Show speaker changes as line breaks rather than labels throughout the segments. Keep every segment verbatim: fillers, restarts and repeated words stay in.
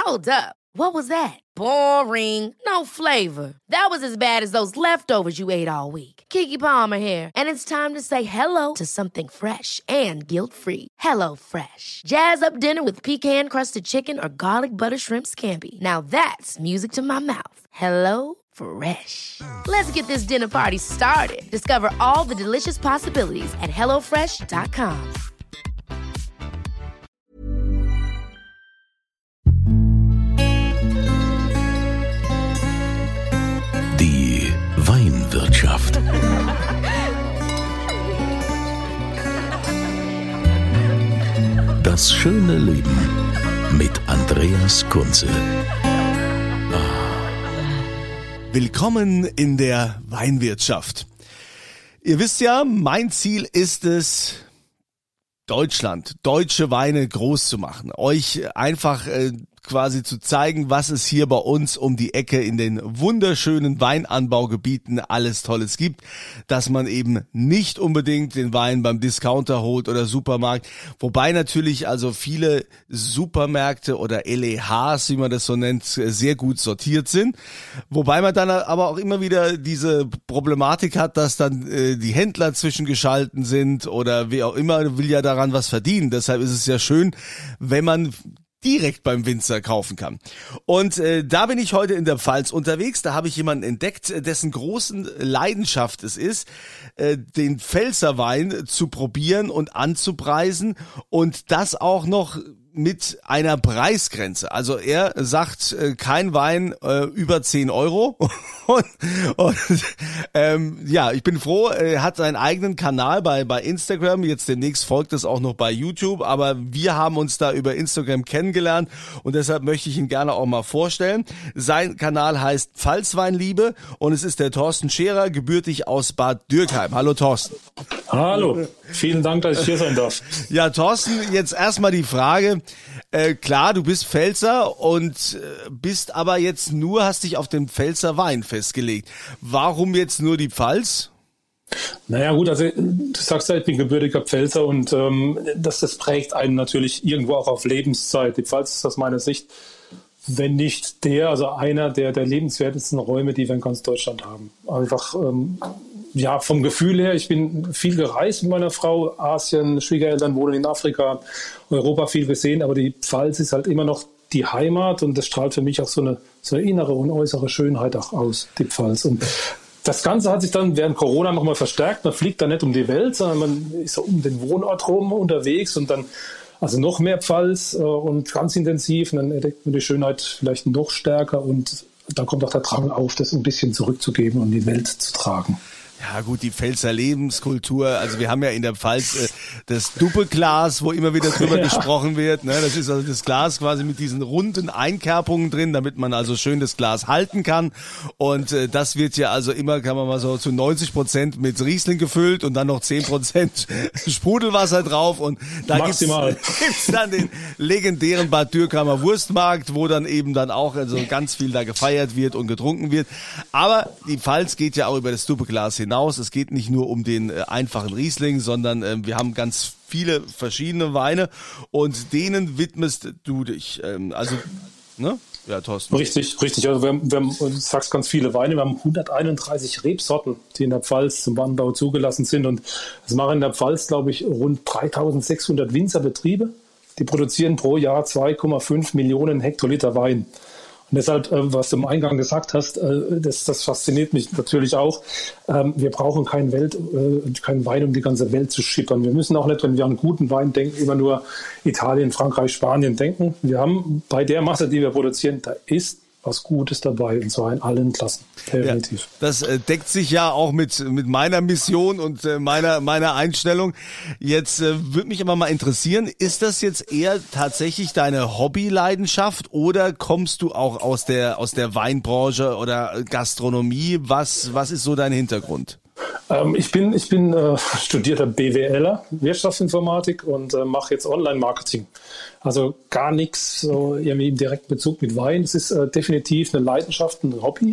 Hold up. What was that? Boring. No flavor. That was as bad as those leftovers you ate all week. Keke Palmer here. And it's time to say hello to something fresh and guilt-free. Hello Fresh. Jazz up dinner with pecan-crusted chicken or garlic butter shrimp scampi. Now that's music to my mouth. Hello Fresh. Let's get this dinner party started. Discover all the delicious possibilities at hello fresh dot com.
Die Weinwirtschaft. Das schöne Leben mit Andreas Kunze.
Willkommen in der Weinwirtschaft. Ihr wisst ja, mein Ziel ist es, Deutschland, deutsche Weine groß zu machen. Euch einfach äh, quasi zu zeigen, was es hier bei uns um die Ecke in den wunderschönen Weinanbaugebieten alles Tolles gibt, dass man eben nicht unbedingt den Wein beim Discounter holt oder Supermarkt, wobei natürlich also viele Supermärkte oder L E Hs, wie man das so nennt, sehr gut sortiert sind, wobei man dann aber auch immer wieder diese Problematik hat, dass dann äh, die Händler zwischengeschalten sind oder wer auch immer will ja daran was verdienen, deshalb ist es ja schön, wenn man direkt beim Winzer kaufen kann. Und äh, da bin ich heute in der Pfalz unterwegs. Da habe ich jemanden entdeckt, dessen großen Leidenschaft es ist, äh, den Pfälzerwein zu probieren und anzupreisen und das auch noch mit einer Preisgrenze. Also er sagt, äh, kein Wein äh, über zehn Euro. und, und ähm, ja, ich bin froh, er hat seinen eigenen Kanal bei bei Instagram. Jetzt demnächst folgt es auch noch bei YouTube. Aber wir haben uns da über Instagram kennengelernt und deshalb möchte ich ihn gerne auch mal vorstellen. Sein Kanal heißt Pfalzweinliebe und es ist der Thorsten Scherer, gebürtig aus Bad Dürkheim. Hallo Thorsten.
Hallo, vielen Dank, dass ich hier sein darf.
Ja, Thorsten, jetzt erstmal die Frage, äh, klar, du bist Pfälzer und äh, bist aber jetzt nur, hast dich auf den Pfälzer Wein festgelegt. Warum jetzt nur die Pfalz?
Naja gut, also du sagst ja, ich bin gebürtiger Pfälzer und ähm, das, das prägt einen natürlich irgendwo auch auf Lebenszeit. Die Pfalz ist aus meiner Sicht, wenn nicht der, also einer der, der lebenswertesten Räume, die wir in ganz Deutschland haben. Einfach ähm, ja, vom Gefühl her, ich bin viel gereist mit meiner Frau, Asien, Schwiegereltern wohnen in Afrika, Europa viel gesehen, aber die Pfalz ist halt immer noch die Heimat und das strahlt für mich auch so eine, so eine innere und äußere Schönheit auch aus, die Pfalz. Und das Ganze hat sich dann während Corona nochmal verstärkt. Man fliegt da nicht um die Welt, sondern man ist so um den Wohnort rum unterwegs und dann also noch mehr Pfalz äh, und ganz intensiv und dann entdeckt man die Schönheit vielleicht noch stärker und dann kommt auch der Drang auf, das ein bisschen zurückzugeben und in die Welt zu tragen.
Ja gut, die Pfälzer Lebenskultur, also wir haben ja in der Pfalz äh, das Duppeglas, wo immer wieder drüber ja. gesprochen wird. Ne? Das ist also das Glas quasi mit diesen runden Einkerbungen drin, damit man also schön das Glas halten kann. Und äh, das wird ja also immer, kann man mal so zu neunzig Prozent mit Riesling gefüllt und dann noch zehn Prozent Sprudelwasser drauf. Und da gibt's, gibt's dann den legendären Bad Dürkheimer Wurstmarkt, wo dann eben dann auch also ganz viel da gefeiert wird und getrunken wird. Aber die Pfalz geht ja auch über das Duppeglas hin. Hinaus. Es geht nicht nur um den äh, einfachen Riesling, sondern äh, wir haben ganz viele verschiedene Weine und denen widmest du dich. Ähm, also, ne? Ja, Thorsten.
Richtig, richtig. Also wir haben, wir haben, du sagst ganz viele Weine. Wir haben hunderteinunddreißig Rebsorten, die in der Pfalz zum Anbau zugelassen sind und es machen in der Pfalz, glaube ich, rund dreitausendsechshundert Winzerbetriebe. Die produzieren pro Jahr zwei Komma fünf Millionen Hektoliter Wein. Und deshalb, was du im Eingang gesagt hast, das, das fasziniert mich natürlich auch. Wir brauchen keinen, Welt, keinen Wein, um die ganze Welt zu schippern. Wir müssen auch nicht, wenn wir an guten Wein denken, immer nur Italien, Frankreich, Spanien denken. Wir haben bei der Masse, die wir produzieren, da ist was Gutes dabei, und zwar in allen Klassen. Definitiv.
Ja, das äh, deckt sich ja auch mit mit meiner Mission und äh, meiner meiner Einstellung. Jetzt äh, würde mich aber mal interessieren, ist das jetzt eher tatsächlich deine Hobbyleidenschaft oder kommst du auch aus der aus der Weinbranche oder Gastronomie? Was was ist so dein Hintergrund?
Ähm, ich bin ich bin äh, studierter BWLer, Wirtschaftsinformatik und äh, mache jetzt Online-Marketing. Also gar nichts so irgendwie im direkten Bezug mit Wein. Es ist äh, definitiv eine Leidenschaft, ein Hobby.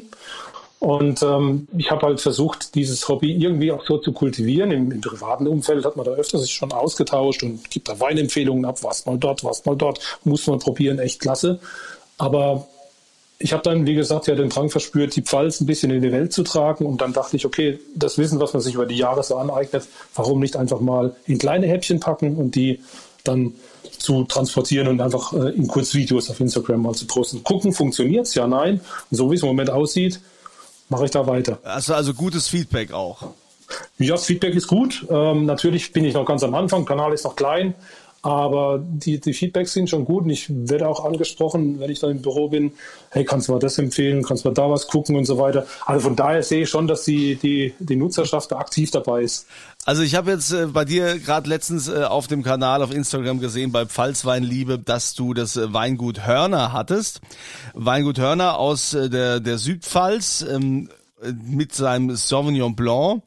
Und ähm, ich habe halt versucht, dieses Hobby irgendwie auch so zu kultivieren. Im, im privaten Umfeld hat man da öfter sich schon ausgetauscht und gibt da Weinempfehlungen ab, was mal dort, was mal dort, muss man probieren, echt klasse. Aber ich habe dann, wie gesagt, ja den Drang verspürt, die Pfalz ein bisschen in die Welt zu tragen. Und dann dachte ich, okay, das Wissen, was man sich über die Jahre so aneignet, warum nicht einfach mal in kleine Häppchen packen und die dann zu transportieren und einfach äh, in Kurzvideos auf Instagram mal zu posten. Gucken, funktioniert's? Ja, nein. Und so wie es im Moment aussieht, mache ich da weiter.
Also, also gutes Feedback auch.
Ja, das Feedback ist gut. Ähm, natürlich bin ich noch ganz am Anfang, der Kanal ist noch klein. Aber die, die Feedbacks sind schon gut und ich werde auch angesprochen, wenn ich dann im Büro bin, hey, kannst du mal das empfehlen, kannst du mal da was gucken und so weiter. Also von daher sehe ich schon, dass die, die, die Nutzerschaft da aktiv dabei ist.
Also ich habe jetzt äh, bei dir gerade letztens äh, auf dem Kanal auf Instagram gesehen, bei Pfalzweinliebe, dass du das äh, Weingut Hörner hattest. Weingut Hörner aus äh, der, der Südpfalz ähm, mit seinem Sauvignon Blanc.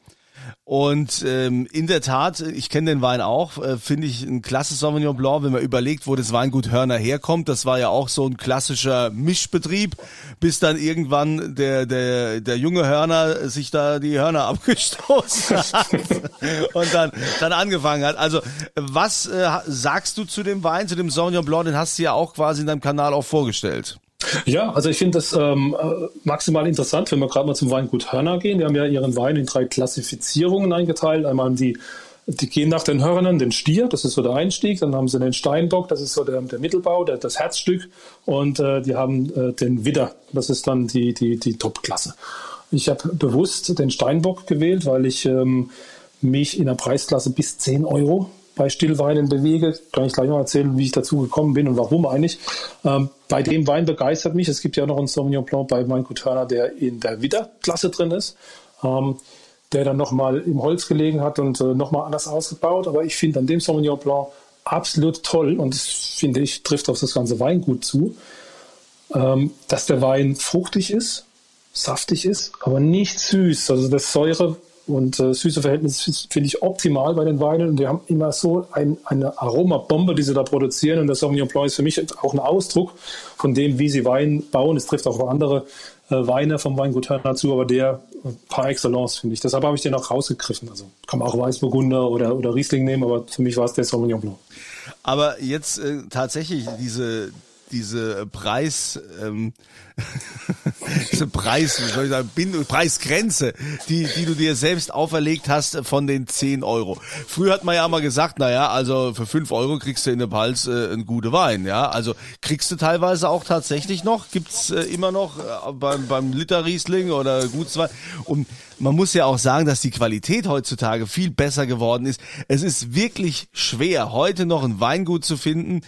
Und ähm, in der Tat, ich kenne den Wein auch, äh, finde ich ein klasse Sauvignon Blanc, wenn man überlegt, wo das Weingut Hörner herkommt. Das war ja auch so ein klassischer Mischbetrieb, bis dann irgendwann der der der junge Hörner sich da die Hörner abgestoßen hat und dann dann angefangen hat. Also was äh, sagst du zu dem Wein, zu dem Sauvignon Blanc? Den hast du ja auch quasi in deinem Kanal auch vorgestellt.
Ja, also ich finde das ähm, maximal interessant, wenn wir gerade mal zum Weingut Hörner gehen. Die haben ja ihren Wein in drei Klassifizierungen eingeteilt. Einmal die, die gehen nach den Hörnern, den Stier, das ist so der Einstieg. Dann haben sie den Steinbock, das ist so der, der Mittelbau, der, das Herzstück. Und äh, die haben äh, den Widder, das ist dann die, die, die Top-Klasse. Ich habe bewusst den Steinbock gewählt, weil ich ähm, mich in der Preisklasse bis zehn Euro bei Stillweinen bewege. Kann ich gleich noch erzählen, wie ich dazu gekommen bin und warum eigentlich. Ähm, bei dem Wein begeistert mich. Es gibt ja noch einen Sauvignon Blanc bei Weingut Hörner, der in der Widder-Klasse drin ist, ähm, der dann nochmal im Holz gelegen hat und äh, nochmal anders ausgebaut. Aber ich finde an dem Sauvignon Blanc absolut toll und das finde ich, trifft auf das ganze Weingut zu, ähm, dass der Wein fruchtig ist, saftig ist, aber nicht süß. Also das Säure und äh, süße Verhältnis finde ich optimal bei den Weinen. Und die haben immer so ein, eine Aromabombe, die sie da produzieren. Und das Sauvignon Blanc ist für mich auch ein Ausdruck von dem, wie sie Wein bauen. Es trifft auch auf andere äh, Weine vom Weingut Hörner zu, aber der äh, par excellence, finde ich. Deshalb habe ich den auch rausgegriffen. Also kann man auch Weißburgunder oder, oder Riesling nehmen, aber für mich war es der Sauvignon Blanc.
Aber jetzt äh, tatsächlich diese diese Preis, ähm, diese Preis, wie soll ich sagen, Bind- Preisgrenze, die, die du dir selbst auferlegt hast von den zehn Euro. Früher hat man ja mal gesagt, naja, also für fünf Euro kriegst du in der Pfalz äh, einen guten Wein, ja. Also kriegst du teilweise auch tatsächlich noch, gibt's äh, immer noch äh, beim, beim Liter Riesling oder Gutswein. Und man muss ja auch sagen, dass die Qualität heutzutage viel besser geworden ist. Es ist wirklich schwer, heute noch ein Weingut zu finden,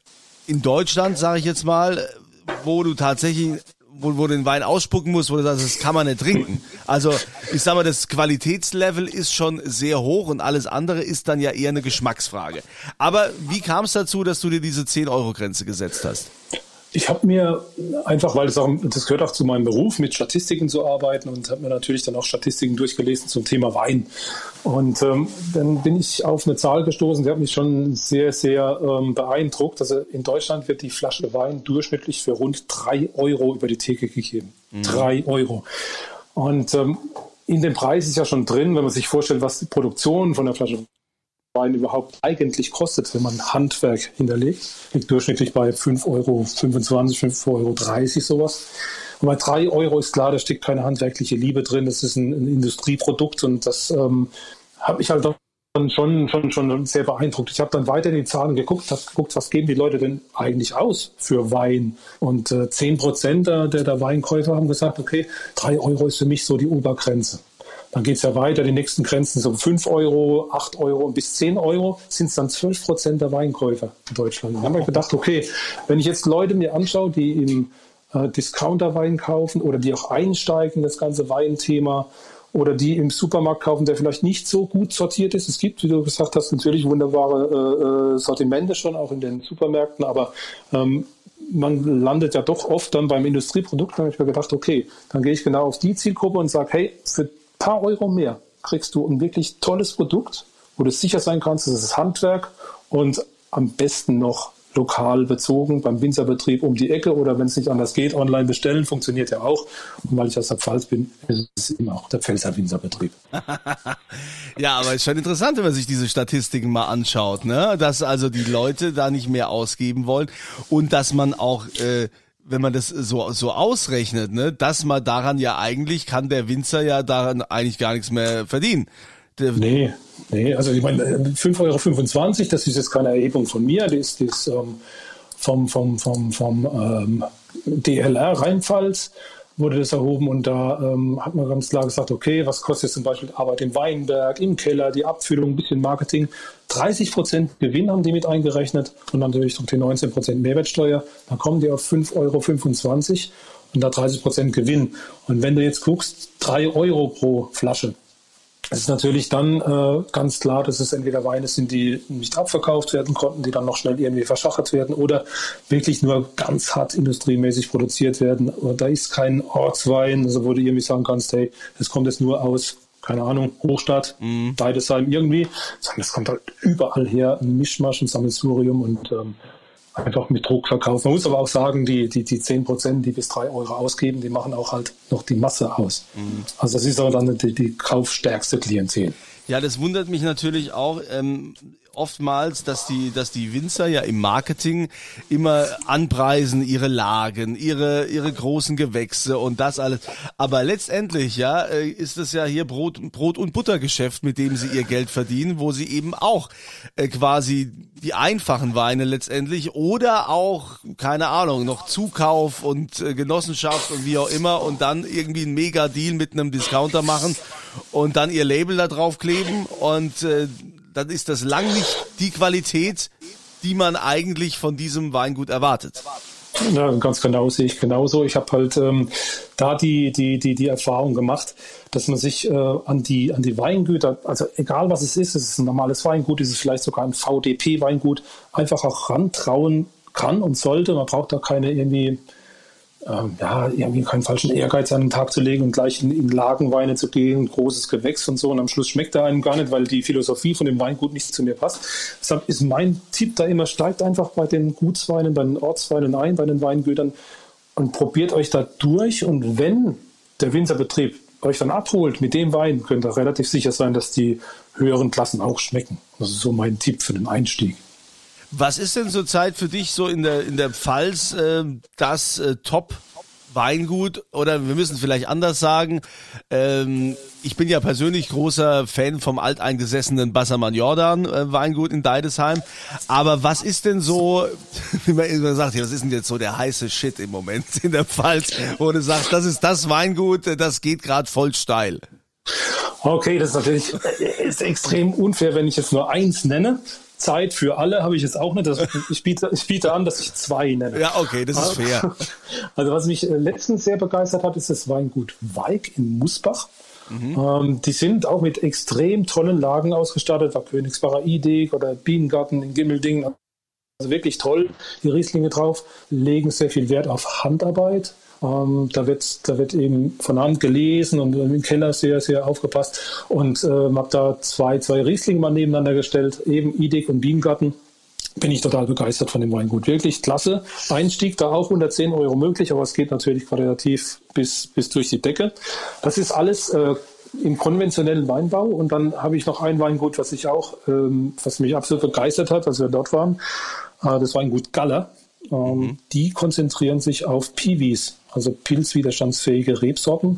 in Deutschland, sage ich jetzt mal, wo du tatsächlich, wo, wo du den Wein ausspucken musst, wo du sagst, das kann man nicht trinken. Also ich sag mal, das Qualitätslevel ist schon sehr hoch und alles andere ist dann ja eher eine Geschmacksfrage. Aber wie kam es dazu, dass du dir diese zehn Euro Grenze gesetzt hast?
Ich habe mir einfach, weil das, auch, das gehört auch zu meinem Beruf, mit Statistiken zu arbeiten und habe mir natürlich dann auch Statistiken durchgelesen zum Thema Wein. Und ähm, dann bin ich auf eine Zahl gestoßen, die hat mich schon sehr, sehr ähm, beeindruckt. Also in Deutschland wird die Flasche Wein durchschnittlich für rund drei Euro über die Theke gegeben. Mhm. Drei Euro. Und ähm, in dem Preis ist ja schon drin, wenn man sich vorstellt, was die Produktion von der Flasche Wein überhaupt eigentlich kostet, wenn man Handwerk hinterlegt, liegt durchschnittlich bei fünf Euro fünfundzwanzig, fünf Euro dreißig sowas. Und bei drei Euro ist klar, da steckt keine handwerkliche Liebe drin, das ist ein, ein Industrieprodukt und das ähm, hat mich halt dann schon, schon, schon sehr beeindruckt. Ich habe dann weiter in die Zahlen geguckt, habe geguckt, was geben die Leute denn eigentlich aus für Wein? Und äh, zehn Prozent der, der Weinkäufer haben gesagt, okay, drei Euro ist für mich so die Obergrenze. Dann geht es ja weiter, die nächsten Grenzen so fünf Euro, acht Euro und bis zehn Euro sind es dann zwölf Prozent der Weinkäufer in Deutschland. Da haben wir gedacht, okay, wenn ich jetzt Leute mir anschaue, die im äh, Discounter-Wein kaufen oder die auch einsteigen in das ganze Weinthema oder die im Supermarkt kaufen, der vielleicht nicht so gut sortiert ist. Es gibt, wie du gesagt hast, natürlich wunderbare äh, Sortimente schon auch in den Supermärkten, aber ähm, man landet ja doch oft dann beim Industrieprodukt. Da habe ich mir gedacht, okay, dann gehe ich genau auf die Zielgruppe und sage, hey, für paar Euro mehr kriegst du ein wirklich tolles Produkt, wo du sicher sein kannst, das ist Handwerk und am besten noch lokal bezogen beim Winzerbetrieb um die Ecke oder wenn es nicht anders geht, online bestellen, funktioniert ja auch. Und weil ich aus der Pfalz bin, ist es immer auch der Pfälzer Winzerbetrieb.
Ja, aber ist schon interessant, wenn man sich diese Statistiken mal anschaut, ne? Dass also die Leute da nicht mehr ausgeben wollen und dass man auch äh, wenn man das so so ausrechnet, ne, dass man daran ja eigentlich, kann der Winzer ja daran eigentlich gar nichts mehr verdienen. Der
nee, nee, also ich meine, fünf Euro fünfundzwanzig, das ist jetzt keine Erhebung von mir, das ist das, ähm, vom, vom, vom, vom ähm, D L R Rheinpfalz wurde das erhoben und da ähm, hat man ganz klar gesagt, okay, was kostet zum Beispiel Arbeit im Weinberg, im Keller, die Abfüllung, ein bisschen Marketing. dreißig Prozent Gewinn haben die mit eingerechnet und dann natürlich noch die neunzehn Prozent Mehrwertsteuer. Dann kommen die auf fünf Euro fünfundzwanzig und da dreißig Prozent Gewinn. Und wenn du jetzt guckst, drei Euro pro Flasche. Es ist natürlich dann äh, ganz klar, dass es entweder Weine sind, die nicht abverkauft werden konnten, die dann noch schnell irgendwie verschachert werden oder wirklich nur ganz hart industriemäßig produziert werden. Und da ist kein Ortswein, also wo du irgendwie sagen kannst, hey, das kommt jetzt nur aus, keine Ahnung, Hochstadt, mhm. Deidesheim irgendwie. Das kommt halt überall her, ein Mischmasch, ein Sammelsurium und ähm, einfach mit Druck verkaufen. Man muss aber auch sagen, die, die, die zehn Prozent, die bis drei Euro ausgeben, die machen auch halt noch die Masse aus. Mhm. Also das ist aber dann die, die kaufstärkste Klientel.
Ja, das wundert mich natürlich auch ähm, oftmals, dass die, dass die Winzer ja im Marketing immer anpreisen ihre Lagen, ihre, ihre großen Gewächse und das alles. Aber letztendlich, ja, ist es ja hier Brot, Brot- und Buttergeschäft, mit dem sie ihr Geld verdienen, wo sie eben auch äh, quasi die einfachen Weine letztendlich oder auch, keine Ahnung, noch Zukauf und äh, Genossenschaft und wie auch immer und dann irgendwie einen Mega-Deal mit einem Discounter machen und dann ihr Label da drauf kleben und äh, dann ist das lang nicht die Qualität, die man eigentlich von diesem Weingut erwartet.
Ja, ganz genau, sehe ich genauso. Ich habe halt ähm, da die, die, die, die Erfahrung gemacht, dass man sich äh, an die, an die Weingüter, also egal was es ist, es ist ein normales Weingut, es ist vielleicht sogar ein V D P-Weingut, einfach auch rantrauen kann und sollte. Man braucht da keine irgendwie, ähm, ja, irgendwie keinen falschen Ehrgeiz an den Tag zu legen und gleich in, in Lagenweine zu gehen, großes Gewächs und so. Und am Schluss schmeckt er einem gar nicht, weil die Philosophie von dem Weingut nicht zu mir passt. Deshalb ist mein Tipp da immer, steigt einfach bei den Gutsweinen, bei den Ortsweinen ein, bei den Weingütern und probiert euch da durch. Und wenn der Winzerbetrieb euch dann abholt mit dem Wein, könnt ihr relativ sicher sein, dass die höheren Klassen auch schmecken. Das ist so mein Tipp für den Einstieg.
Was ist denn zurzeit für dich so in der in der Pfalz äh, das äh, Top-Weingut? Oder wir müssen vielleicht anders sagen, ähm, ich bin ja persönlich großer Fan vom alteingesessenen Bassermann-Jordan äh, Weingut in Deidesheim. Aber was ist denn so, wie man immer sagt, ja, was ist denn jetzt so der heiße Shit im Moment in der Pfalz, wo du sagst, das ist das Weingut, das geht gerade voll steil?
Okay, das ist natürlich ist extrem unfair, wenn ich jetzt nur eins nenne. Zeit für alle habe ich jetzt auch nicht. Das, ich, biete, ich biete an, dass ich zwei nenne.
Ja, okay, das ist fair.
Also was mich letztens sehr begeistert hat, ist das Weingut Weig in Musbach. Mhm. Ähm, die sind auch mit extrem tollen Lagen ausgestattet, war Königsbacher Ideg oder Bienengarten in Gimmelding. Also wirklich toll, die Rieslinge drauf, legen sehr viel Wert auf Handarbeit. Ähm, da wird, da wird eben von Hand gelesen und im Keller sehr, sehr aufgepasst. Und äh, habe da zwei, zwei Rieslinge mal nebeneinander gestellt, eben Ideg und Bienengarten. Bin ich total begeistert von dem Weingut. Wirklich klasse. Einstieg da auch unter zehn Euro möglich, aber es geht natürlich qualitativ bis, bis durch die Decke. Das ist alles äh, im konventionellen Weinbau. Und dann habe ich noch ein Weingut, was ich auch, ähm, was mich absolut begeistert hat, als wir dort waren. Äh, das Weingut Galler. Ähm, mhm. Die konzentrieren sich auf Piwis, also pilzwiderstandsfähige Rebsorten.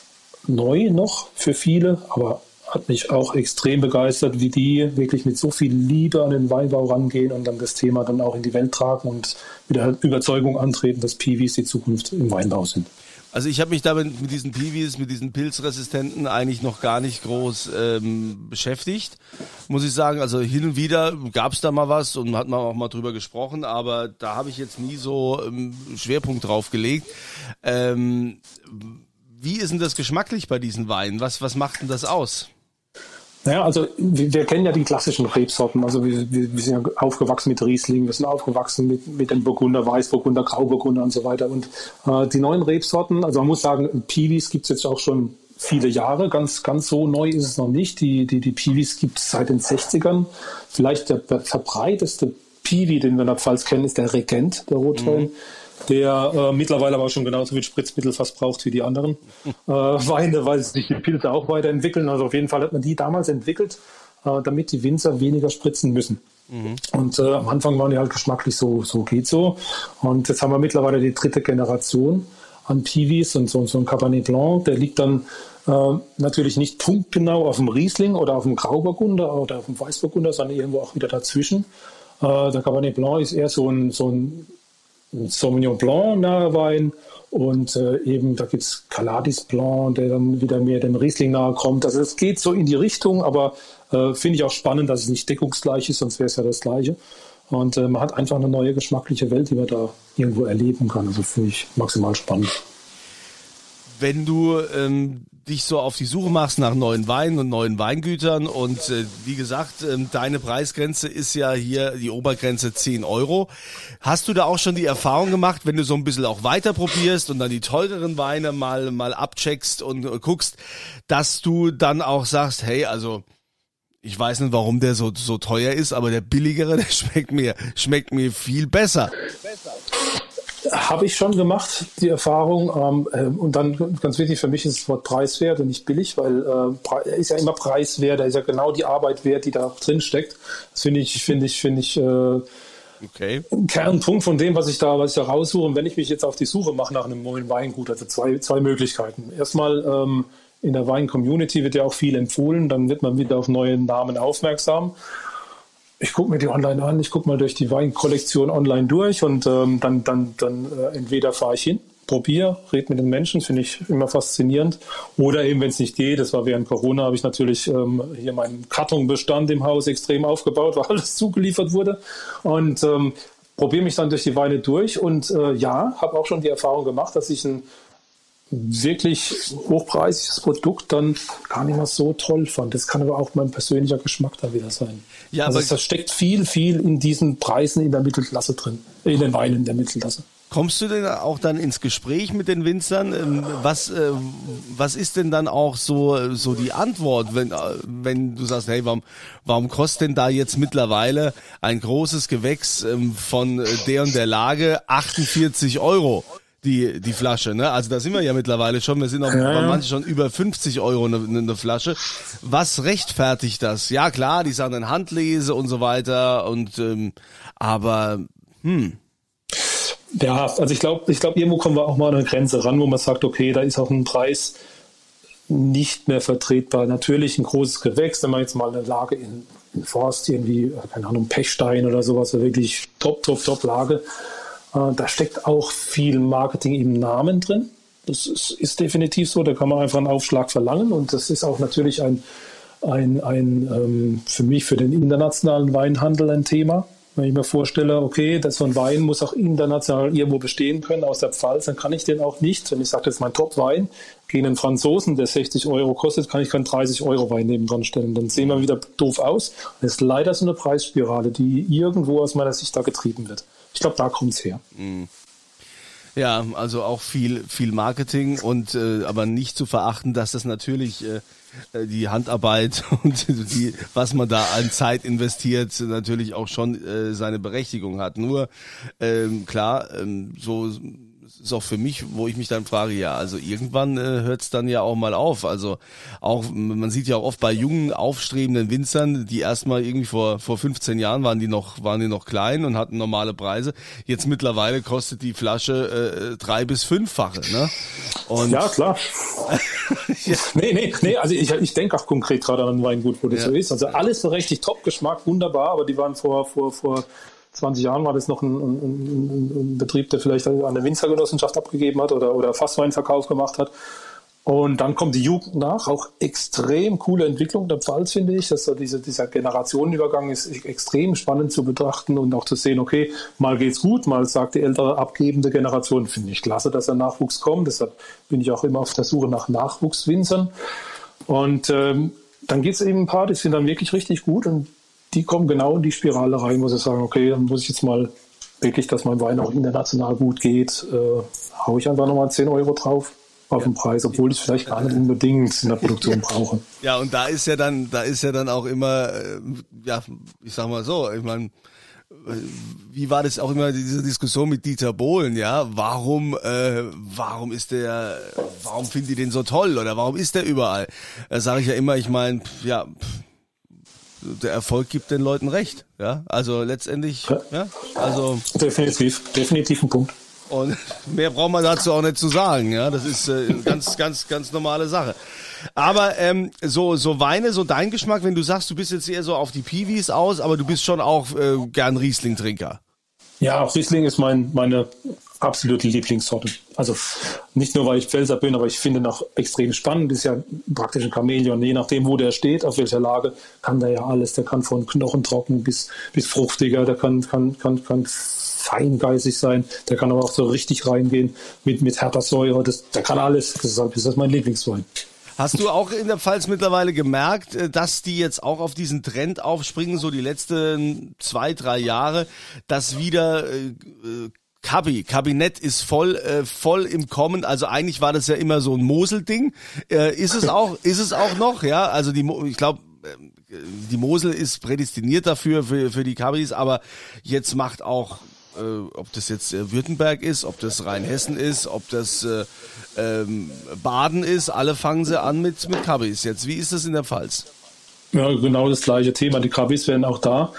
Neu noch für viele, aber hat mich auch extrem begeistert, wie die wirklich mit so viel Liebe an den Weinbau rangehen und dann das Thema dann auch in die Welt tragen und mit der Überzeugung antreten, dass Piwis die Zukunft im Weinbau sind.
Also ich habe mich damit mit diesen Piwis, mit diesen Pilzresistenten eigentlich noch gar nicht groß ähm, beschäftigt, muss ich sagen. Also hin und wieder gab es da mal was und hat man auch mal drüber gesprochen, aber da habe ich jetzt nie so ähm, Schwerpunkt drauf gelegt. Ähm, wie ist denn das geschmacklich bei diesen Weinen? Was, was macht denn das aus?
Naja, also wir, wir kennen ja die klassischen Rebsorten. Also wir, wir, wir sind ja aufgewachsen mit Riesling, wir sind aufgewachsen mit, mit dem Burgunder, Weißburgunder, Grauburgunder und so weiter. Und äh, die neuen Rebsorten, also man muss sagen, Piwis gibt es jetzt auch schon viele Jahre. Ganz, ganz so neu ist es noch nicht. Die, die, die Piwis gibt es seit den sechzigern. Vielleicht der, der verbreiteste Piwi, den wir in der Pfalz kennen, ist der Regent, der Rotwein. Mhm. Der äh, mittlerweile aber schon genauso viel Spritzmittel fast braucht wie die anderen äh, Weine, weil sich die Pilze auch weiterentwickeln. Also auf jeden Fall hat man die damals entwickelt, äh, damit die Winzer weniger spritzen müssen. Mhm. Und äh, am Anfang waren die halt geschmacklich so, so geht so. Und jetzt haben wir mittlerweile die dritte Generation an Piwis und so, so ein Cabernet Blanc, der liegt dann äh, natürlich nicht punktgenau auf dem Riesling oder auf dem Grauburgunder oder auf dem Weißburgunder, sondern irgendwo auch wieder dazwischen. Äh, der Cabernet Blanc ist eher so ein, so ein Sauvignon Blanc nahe Wein und äh, eben da gibt es Caladis Blanc, der dann wieder mehr dem Riesling nahe kommt. Also es geht so in die Richtung, aber äh, finde ich auch spannend, dass es nicht deckungsgleich ist, sonst wäre es ja das Gleiche. Und äh, man hat einfach eine neue geschmackliche Welt, die man da irgendwo erleben kann. Also finde ich maximal spannend.
Wenn du ähm, dich so auf die Suche machst nach neuen Weinen und neuen Weingütern und äh, wie gesagt, ähm, deine Preisgrenze ist ja hier die Obergrenze zehn Euro. Hast du da auch schon die Erfahrung gemacht, wenn du so ein bisschen auch weiter probierst und dann die teureren Weine mal mal abcheckst und äh, guckst, dass du dann auch sagst, hey, also ich weiß nicht, warum der so so teuer ist, aber der billigere, der schmeckt mir schmeckt mir viel besser.
Habe ich schon gemacht, die Erfahrung. Ähm, und dann ganz wichtig für mich ist das Wort preiswert und nicht billig, weil äh, er ist ja immer preiswert, er ist ja genau die Arbeit wert, die da drin steckt. Das finde ich, finde ich, finde ich äh, okay. Ein Kernpunkt von dem, was ich da, was ich da raussuche. Und wenn ich mich jetzt auf die Suche mache nach einem neuen Weingut, also zwei, zwei Möglichkeiten. Erstmal ähm, in der Wein-Community wird ja auch viel empfohlen, dann wird man wieder auf neue Namen aufmerksam. Ich gucke mir die online an, ich gucke mal durch die Weinkollektion online durch und ähm, dann, dann, dann äh, entweder fahre ich hin, probiere, rede mit den Menschen, finde ich immer faszinierend. Oder eben, wenn es nicht geht, das war während Corona, habe ich natürlich ähm, hier meinen Kartonbestand im Haus extrem aufgebaut, weil alles zugeliefert wurde. Und ähm, probiere mich dann durch die Weine durch und äh, ja, habe auch schon die Erfahrung gemacht, dass ich ein wirklich hochpreisiges Produkt dann gar nicht mehr so toll fand. Das kann aber auch mein persönlicher Geschmack da wieder sein. Ja, also aber da steckt viel, viel in diesen Preisen in der Mittelklasse drin, in den Weinen der Mittelklasse.
Kommst du denn auch dann ins Gespräch mit den Winzern? Was, was ist denn dann auch so, so die Antwort, wenn, wenn du sagst, hey, warum, warum kostet denn da jetzt mittlerweile ein großes Gewächs von der und der Lage achtundvierzig Euro? Die, die Flasche, ne? Also da sind wir ja mittlerweile schon, wir sind auch ja, bei manchen schon über fünfzig Euro eine, eine Flasche. Was rechtfertigt das? Ja klar, die sagen dann Handlese und so weiter und, ähm, aber, hm.
Ja, also ich glaube, ich glaube, irgendwo kommen wir auch mal an eine Grenze ran, wo man sagt, okay, da ist auch ein Preis nicht mehr vertretbar. Natürlich ein großes Gewächs, wenn man jetzt mal eine Lage in, in Forst, irgendwie, keine Ahnung, Pechstein oder sowas, wirklich top, top, top Lage. Da steckt auch viel Marketing im Namen drin. Das ist, ist definitiv so. Da kann man einfach einen Aufschlag verlangen. Und das ist auch natürlich ein, ein, ein ähm, für mich, für den internationalen Weinhandel ein Thema. Wenn ich mir vorstelle, okay, das so ein Wein muss auch international irgendwo bestehen können aus der Pfalz, dann kann ich den auch nicht. Wenn ich sage, das ist mein Top-Wein, gegen einen Franzosen, der sechzig Euro kostet, kann ich keinen dreißig Euro Wein neben dran stellen. Dann sehen wir wieder doof aus. Das ist leider so eine Preisspirale, die irgendwo aus meiner Sicht da getrieben wird. Ich glaube, da kommt es her.
Ja, also auch viel viel Marketing und äh, aber nicht zu verachten, dass das natürlich äh, die Handarbeit und die, was man da an Zeit investiert, natürlich auch schon äh, seine Berechtigung hat. Nur ähm, klar, ähm, so ist auch für mich, wo ich mich dann frage, ja, also irgendwann äh, hört es dann ja auch mal auf. Also auch, man sieht ja auch oft bei jungen, aufstrebenden Winzern, die erstmal irgendwie vor vor fünfzehn Jahren waren die noch waren die noch klein und hatten normale Preise. Jetzt mittlerweile kostet die Flasche äh, drei- bis fünffache, ne? Und
ja, klar. ja. Nee, nee, nee, also ich, ich denke auch konkret gerade an ein Weingut, wo das ja so ist. Also alles berechtigt, Top-Geschmack, wunderbar, aber die waren vor vor vor zwanzig Jahren war das noch ein, ein, ein, ein Betrieb, der vielleicht an eine Winzergenossenschaft abgegeben hat oder, oder Fassweinverkauf gemacht hat. Und dann kommt die Jugend nach, auch extrem coole Entwicklung der Pfalz, finde ich. Dass so diese, dieser Generationenübergang ist extrem spannend zu betrachten und auch zu sehen, okay, mal geht's gut, mal sagt die ältere abgebende Generation, finde ich klasse, dass der Nachwuchs kommt. Deshalb bin ich auch immer auf der Suche nach Nachwuchswinzern. Und ähm, dann gibt es eben ein paar, die sind dann wirklich richtig gut und die kommen genau in die Spirale rein, wo sie sagen, okay, dann muss ich jetzt mal wirklich, dass mein Wein auch international gut geht, äh, haue ich einfach nochmal zehn Euro drauf auf ja. den Preis, obwohl ich es vielleicht gar nicht unbedingt in der Produktion brauche.
Ja, und da ist ja dann, da ist ja dann auch immer, äh, ja, ich sag mal so, ich meine, wie war das auch immer diese Diskussion mit Dieter Bohlen, ja? Warum, äh, warum ist der, warum finden die den so toll oder warum ist der überall? Da sage ich ja immer, ich meine, ja, der Erfolg gibt den Leuten recht. Ja, also letztendlich, ja, ja also.
Definitiv, definitiv ein Punkt.
Und mehr braucht man dazu auch nicht zu sagen, ja. Das ist äh, ganz, ganz, ganz normale Sache. Aber ähm, so so Weine, so dein Geschmack, wenn du sagst, du bist jetzt eher so auf die Piwis aus, aber du bist schon auch äh, gern Riesling-Trinker.
Ja, auch Riesling ist mein meine absolute Lieblingssorte. Also nicht nur, weil ich Pfälzer bin, aber ich finde noch extrem spannend. Ist ja praktisch ein Chamäleon. Je nachdem, wo der steht, auf welcher Lage, kann der ja alles. Der kann von knochentrocken bis bis fruchtiger. Der kann kann kann kann feingeistig sein, der kann aber auch so richtig reingehen mit, mit härter Säure, das, der kann alles, deshalb ist das mein Lieblingswein.
Hast du auch in der Pfalz mittlerweile gemerkt, dass die jetzt auch auf diesen Trend aufspringen, so die letzten zwei, drei Jahre, dass wieder äh, Kabi, Kabinett ist voll, äh, voll im Kommen, also eigentlich war das ja immer so ein Mosel-Ding, äh, ist es auch, ist es auch noch, ja, also die, ich glaube, die Mosel ist prädestiniert dafür, für, für die Kabis, aber jetzt macht auch Äh, ob das jetzt äh, Württemberg ist, ob das Rheinhessen ist, ob das äh, ähm, Baden ist, alle fangen sie an mit mit Kabis jetzt. Wie ist das in der Pfalz?
Ja, genau das gleiche Thema. Die Kabis werden auch da.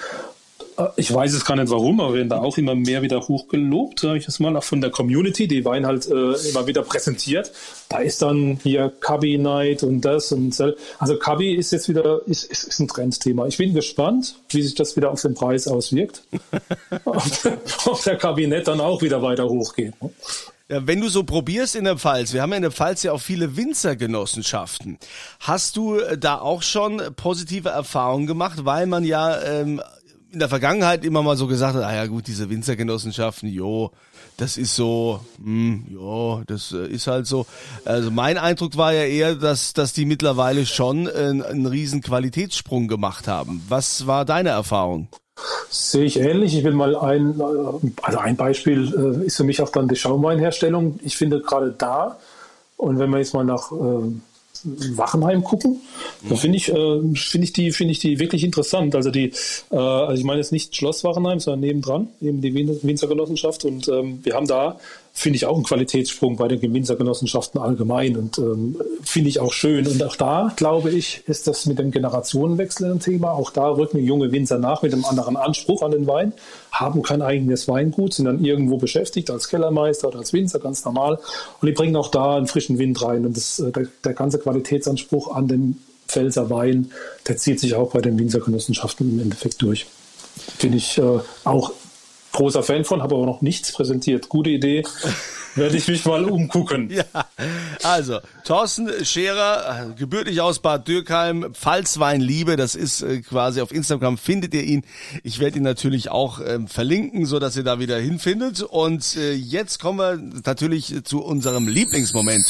Ich weiß es gar nicht warum, aber werden da auch immer mehr wieder hochgelobt, sage ich jetzt mal, auch von der Community, die Wein halt äh, immer wieder präsentiert. Da ist dann hier Kabi Night und das und so. Also Kabi ist jetzt wieder, ist, ist, ist ein Trendthema. Ich bin gespannt, wie sich das wieder auf den Preis auswirkt. ob, ob der Kabinett dann auch wieder weiter hochgeht. Ne?
Ja, wenn du so probierst in der Pfalz, wir haben ja in der Pfalz ja auch viele Winzergenossenschaften. Hast du da auch schon positive Erfahrungen gemacht, weil man ja ähm, in der Vergangenheit immer mal so gesagt hat, ah ja gut, diese Winzergenossenschaften, jo, das ist so, hm, jo, das äh, ist halt so. Also mein Eindruck war ja eher, dass dass die mittlerweile schon äh, einen riesen Qualitätssprung gemacht haben. Was war deine Erfahrung?
Sehe ich ähnlich. Ich will mal ein, also ein Beispiel äh, ist für mich auch dann die Schaumweinherstellung. Ich finde gerade da, und wenn wir jetzt mal nach äh, Wachenheim gucken, da finde ich, äh, finde ich die, finde ich die wirklich interessant. Also die, äh, also ich meine jetzt nicht Schloss Wachenheim, sondern nebendran, eben die Winzergenossenschaft. Und ähm, wir haben da, finde ich, auch einen Qualitätssprung bei den Winzergenossenschaften allgemein und ähm, finde ich auch schön. Und auch da, glaube ich, ist das mit dem Generationenwechsel ein Thema. Auch da rücken junge Winzer nach mit einem anderen Anspruch an den Wein, haben kein eigenes Weingut, sind dann irgendwo beschäftigt als Kellermeister oder als Winzer, ganz normal. Und die bringen auch da einen frischen Wind rein. Und das, der, der ganze Qualitätsanspruch an den Pfälzer Wein, der zieht sich auch bei den Winzergenossenschaften im Endeffekt durch. Finde ich äh, auch großer Fan von, habe aber noch nichts präsentiert. Gute Idee, werde ich mich mal umgucken.
Ja, also Thorsten Scherer, gebürtig aus Bad Dürkheim, Pfalzweinliebe, das ist äh, quasi auf Instagram, findet ihr ihn. Ich werde ihn natürlich auch ähm, verlinken, so dass ihr da wieder hinfindet. Und äh, jetzt kommen wir natürlich zu unserem Lieblingsmoment.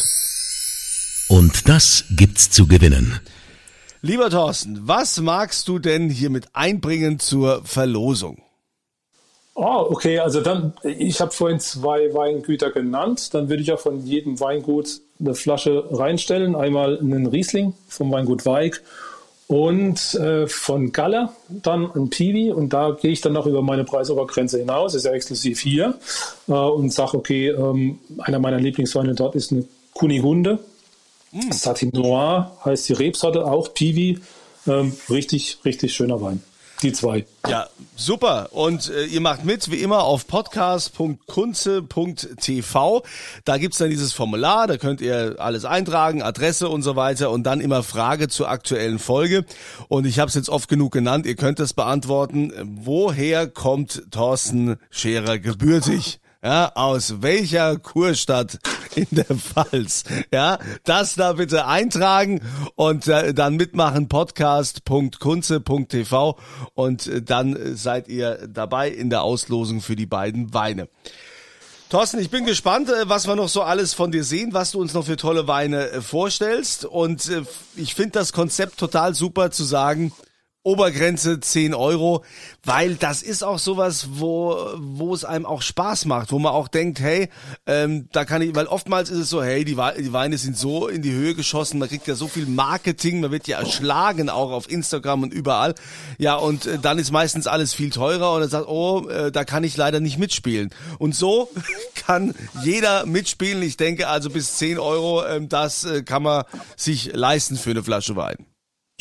Und das gibt's zu gewinnen.
Lieber Thorsten, was magst du denn hier mit einbringen zur Verlosung?
Oh, okay, also dann, ich habe vorhin zwei Weingüter genannt, dann würde ich auch von jedem Weingut eine Flasche reinstellen, einmal einen Riesling vom Weingut Weig und äh, von Galler dann ein Piwi, und da gehe ich dann noch über meine Preisobergrenze hinaus, ist ja exklusiv hier, äh, und sage, okay, ähm, einer meiner Lieblingsweine dort ist eine Kunigunde, mm. Satin Noir heißt die Rebsorte, auch Piwi, ähm, richtig, richtig schöner Wein. Die zwei.
Ja, super. Und äh, ihr macht mit, wie immer, auf podcast punkt kunze punkt t v. Da gibt's dann dieses Formular, da könnt ihr alles eintragen, Adresse und so weiter, und dann immer Frage zur aktuellen Folge. Und ich habe es jetzt oft genug genannt, ihr könnt das beantworten. Woher kommt Thorsten Scherer gebürtig? Ja, aus welcher Kurstadt in der Pfalz? Ja, das da bitte eintragen und äh, dann mitmachen, podcast punkt kunze punkt t v, und äh, dann seid ihr dabei in der Auslosung für die beiden Weine. Thorsten, ich bin gespannt, äh, was wir noch so alles von dir sehen, was du uns noch für tolle Weine äh, vorstellst, und äh, ich finde das Konzept total super zu sagen, Obergrenze zehn Euro, weil das ist auch sowas, wo wo es einem auch Spaß macht, wo man auch denkt, hey, ähm, da kann ich, weil oftmals ist es so, hey, die, We- die Weine sind so in die Höhe geschossen, man kriegt ja so viel Marketing, man wird ja erschlagen, auch auf Instagram und überall, ja, und äh, dann ist meistens alles viel teurer, und dann sagt, oh, äh, da kann ich leider nicht mitspielen. Und so kann jeder mitspielen. Ich denke also bis zehn Euro, ähm, das äh, kann man sich leisten für eine Flasche Wein.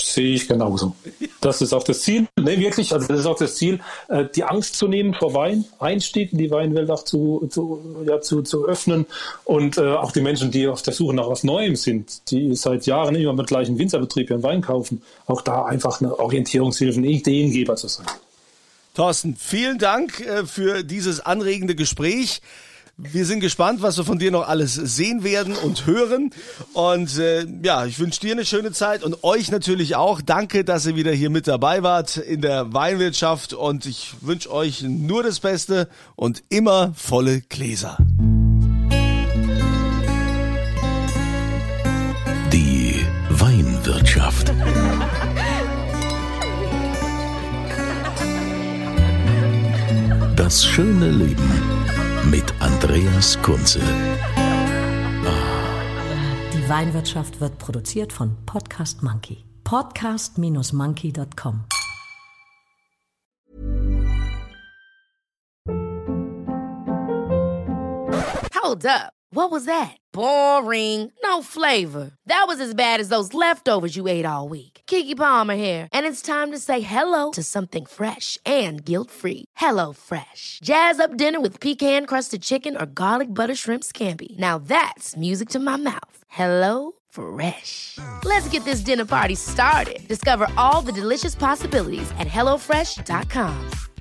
Sehe ich genauso. Das ist auch das Ziel, ne, wirklich, also das ist auch das Ziel, äh, die Angst zu nehmen vor Wein, Einstieg in die Weinwelt auch zu, zu, ja, zu, zu öffnen und äh, auch die Menschen, die auf der Suche nach was Neuem sind, die seit Jahren immer mit gleichen Winzerbetrieb ihren Wein kaufen, auch da einfach eine Orientierungshilfe, ein Ideengeber zu sein.
Thorsten, vielen Dank äh, für dieses anregende Gespräch. Wir sind gespannt, was wir von dir noch alles sehen werden und hören. Und äh, ja, ich wünsche dir eine schöne Zeit und euch natürlich auch. Danke, dass ihr wieder hier mit dabei wart in der Weinwirtschaft. Und ich wünsche euch nur das Beste und immer volle Gläser.
Die Weinwirtschaft. Das schöne Leben mit Andreas Kunze.
Die Weinwirtschaft wird produziert von Podcast Monkey. podcast dash monkey dot com.
Hold up. What was that? Boring. No flavor. That was as bad as those leftovers you ate all week. Keke Palmer here, and it's time to say hello to something fresh and guilt-free. Hello Fresh. Jazz up dinner with pecan-crusted chicken or garlic butter shrimp scampi. Now that's music to my mouth. Hello Fresh. Let's get this dinner party started. Discover all the delicious possibilities at hello fresh dot com.